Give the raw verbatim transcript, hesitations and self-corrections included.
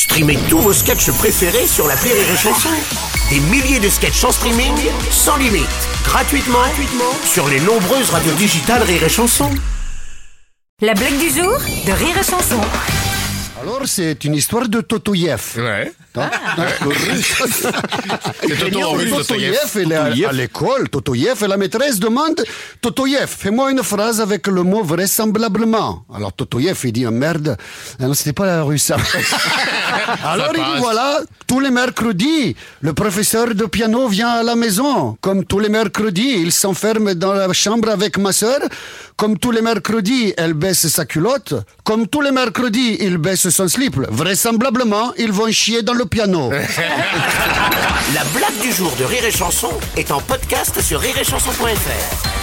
Streamez tous vos sketchs préférés sur l'appli Rire et Chanson. Des milliers de sketchs en streaming, sans limite, gratuitement, gratuitement sur les nombreuses radios digitales Rire et Chanson. La blague du jour de Rire et Chanson. Alors, c'est une histoire de Totoyev. Ouais. Hein? C'est Toto en russe, Totoyev, Totoyev. elle est à, à l'école, Totoyev, et la maîtresse demande « Totoyev, fais-moi une phrase avec le mot vraisemblablement ». Alors Totoyev, il dit « Merde, ah non, c'était pas la russe, ça ». Alors il dit « Voilà, tous les mercredis, le professeur de piano vient à la maison. Comme tous les mercredis, il s'enferme dans la chambre avec ma sœur. Comme tous les mercredis, elle baisse sa culotte. Comme tous les mercredis, il baisse son slip. Vraisemblablement, ils vont chier dans le piano. » La blague du jour de Rire et Chanson est en podcast sur rire et chanson point f r.